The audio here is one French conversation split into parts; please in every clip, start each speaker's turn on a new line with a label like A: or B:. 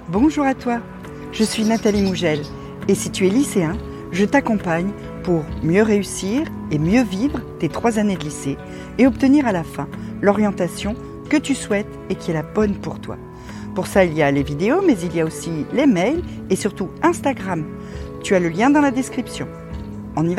A: Bonjour à toi, je suis Nathalie Mougel et si tu es lycéen, je t'accompagne pour mieux réussir et mieux vivre tes 3 années de lycée et obtenir à la fin l'orientation que tu souhaites et qui est la bonne pour toi. Pour ça, il y a les vidéos, mais il y a aussi les mails et surtout Instagram. Tu as le lien dans la description. On y va ?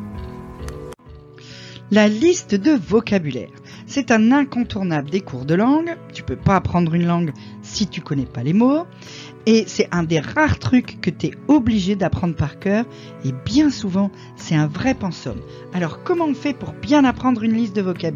A: La liste de vocabulaire. C'est un incontournable des cours de langue. Tu peux pas apprendre une langue si tu connais pas les mots. Et c'est un des rares trucs que tu es obligé d'apprendre par cœur. Et bien souvent, c'est un vrai pensum. Alors, comment on fait pour bien apprendre une liste de vocabulaire ?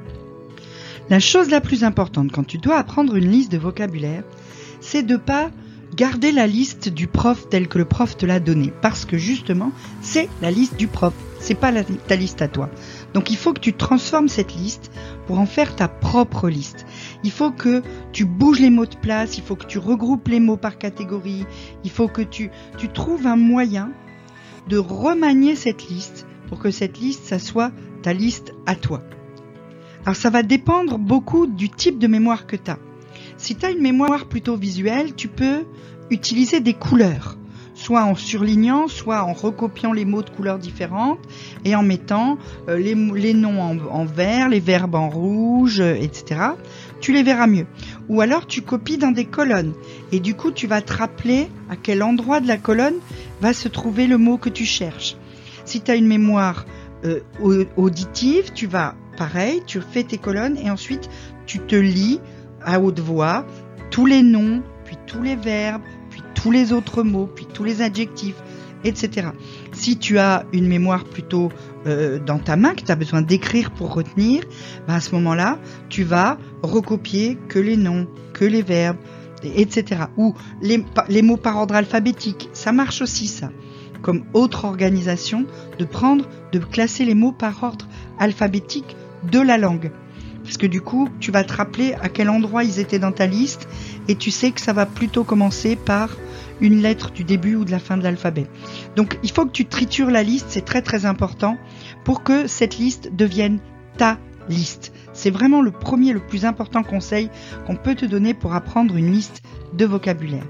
A: La chose la plus importante quand tu dois apprendre une liste de vocabulaire, c'est de pas garder la liste du prof telle que le prof te l'a donnée. Parce que justement, c'est la liste du prof. C'est pas ta liste à toi. Donc il faut que tu transformes cette liste pour en faire ta propre liste. Il faut que tu bouges les mots de place, il faut que tu regroupes les mots par catégorie, il faut que tu trouves un moyen de remanier cette liste pour que cette liste, ça soit ta liste à toi. Alors ça va dépendre beaucoup du type de mémoire que tu as. Si tu as une mémoire plutôt visuelle, tu peux utiliser des couleurs. Soit en surlignant, soit en recopiant les mots de couleurs différentes et en mettant les noms en vert, les verbes en rouge, etc. Tu les verras mieux. Ou alors tu copies dans des colonnes et du coup tu vas te rappeler à quel endroit de la colonne va se trouver le mot que tu cherches. Si tu as une mémoire auditive, tu vas pareil, tu fais tes colonnes et ensuite tu te lis à haute voix tous les noms, puis tous les verbes, puis tous les autres mots, puis tous les adjectifs, etc. Si tu as une mémoire plutôt dans ta main, que tu as besoin d'écrire pour retenir, à ce moment-là, tu vas recopier que les noms, que les verbes, etc. Ou les mots par ordre alphabétique. Ça marche aussi, ça. Comme autre organisation, de classer les mots par ordre alphabétique de la langue. Parce que du coup, tu vas te rappeler à quel endroit ils étaient dans ta liste et tu sais que ça va plutôt commencer par une lettre du début ou de la fin de l'alphabet. Donc, il faut que tu tritures la liste, c'est très très important pour que cette liste devienne ta liste. C'est vraiment le premier, le plus important conseil qu'on peut te donner pour apprendre une liste de vocabulaire.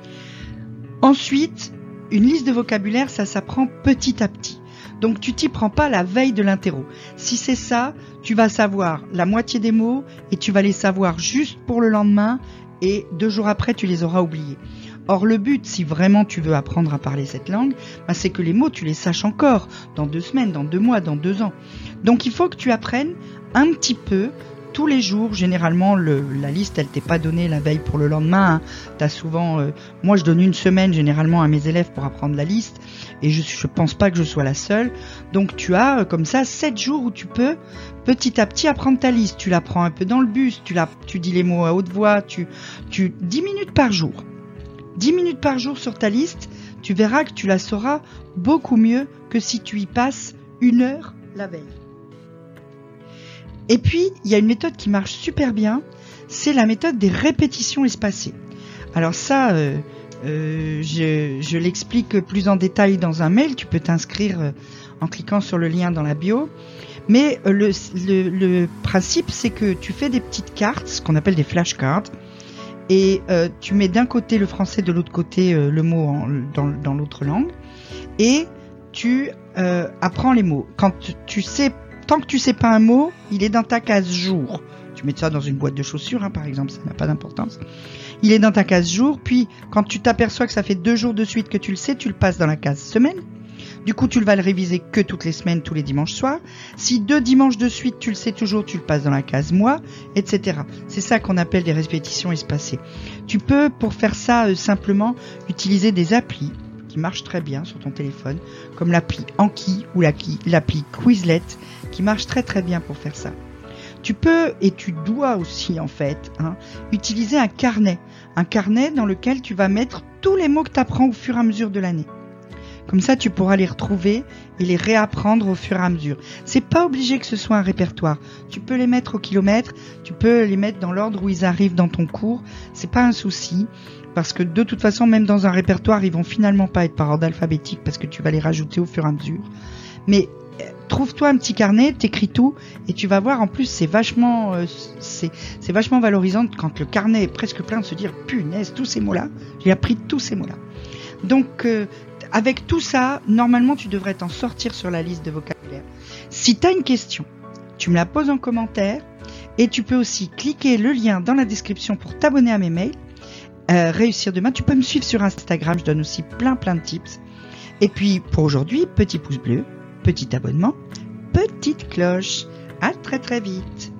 A: Ensuite, une liste de vocabulaire, ça s'apprend petit à petit. Donc tu t'y prends pas la veille de l'interro. Si c'est ça, tu vas savoir la moitié des mots et tu vas les savoir juste pour le lendemain et 2 jours après tu les auras oubliés. Or le but, si vraiment tu veux apprendre à parler cette langue, c'est que les mots tu les saches encore dans 2 semaines, dans 2 mois, dans 2 ans. Donc il faut que tu apprennes un petit peu tous les jours. Généralement la liste elle t'est pas donnée la veille pour le lendemain. T'as souvent, moi je donne 1 semaine généralement à mes élèves pour apprendre la liste et je pense pas que je sois la seule. Donc tu as comme ça 7 jours où tu peux petit à petit apprendre ta liste. Tu la prends un peu dans le bus, tu dis les mots à haute voix, 10 minutes par jour. 10 minutes par jour sur ta liste, tu verras que tu la sauras beaucoup mieux que si tu y passes 1 heure la veille. Et puis, il y a une méthode qui marche super bien, c'est la méthode des répétitions espacées. Alors ça, je l'explique plus en détail dans un mail, tu peux t'inscrire en cliquant sur le lien dans la bio. Mais le principe, c'est que tu fais des petites cartes, ce qu'on appelle des flashcards, et tu mets d'un côté le français, de l'autre côté le mot dans l'autre langue, et tu apprends les mots. Tant que tu sais pas un mot, il est dans ta case jour. Tu mets ça dans une boîte de chaussures, par exemple, ça n'a pas d'importance. Il est dans ta case jour, puis quand tu t'aperçois que ça fait 2 jours de suite que tu le sais, tu le passes dans la case semaine. Du coup, tu vas le réviser que toutes les semaines, tous les dimanches soirs. Si 2 dimanches de suite, tu le sais toujours, tu le passes dans la case mois, etc. C'est ça qu'on appelle des répétitions espacées. Tu peux, pour faire ça, simplement utiliser des applis qui marche très bien sur ton téléphone, comme l'appli Anki ou l'appli Quizlet, qui marche très très bien pour faire ça. Tu peux, et tu dois aussi en fait, utiliser un carnet dans lequel tu vas mettre tous les mots que tu apprends au fur et à mesure de l'année. Comme ça, tu pourras les retrouver et les réapprendre au fur et à mesure. C'est pas obligé que ce soit un répertoire. Tu peux les mettre au kilomètre, tu peux les mettre dans l'ordre où ils arrivent dans ton cours. C'est pas un souci. Parce que de toute façon, même dans un répertoire, ils vont finalement pas être par ordre alphabétique parce que tu vas les rajouter au fur et à mesure. Mais trouve-toi un petit carnet, t'écris tout et tu vas voir. En plus, c'est vachement valorisant quand le carnet est presque plein de se dire punaise, tous ces mots-là, j'ai appris tous ces mots-là. Donc, avec tout ça, normalement, tu devrais t'en sortir sur la liste de vocabulaire. Si tu as une question, tu me la poses en commentaire et tu peux aussi cliquer le lien dans la description pour t'abonner à mes mails. Réussir demain, tu peux me suivre sur Instagram, je donne aussi plein de tips. Et puis, pour aujourd'hui, petit pouce bleu, petit abonnement, petite cloche. À très très vite.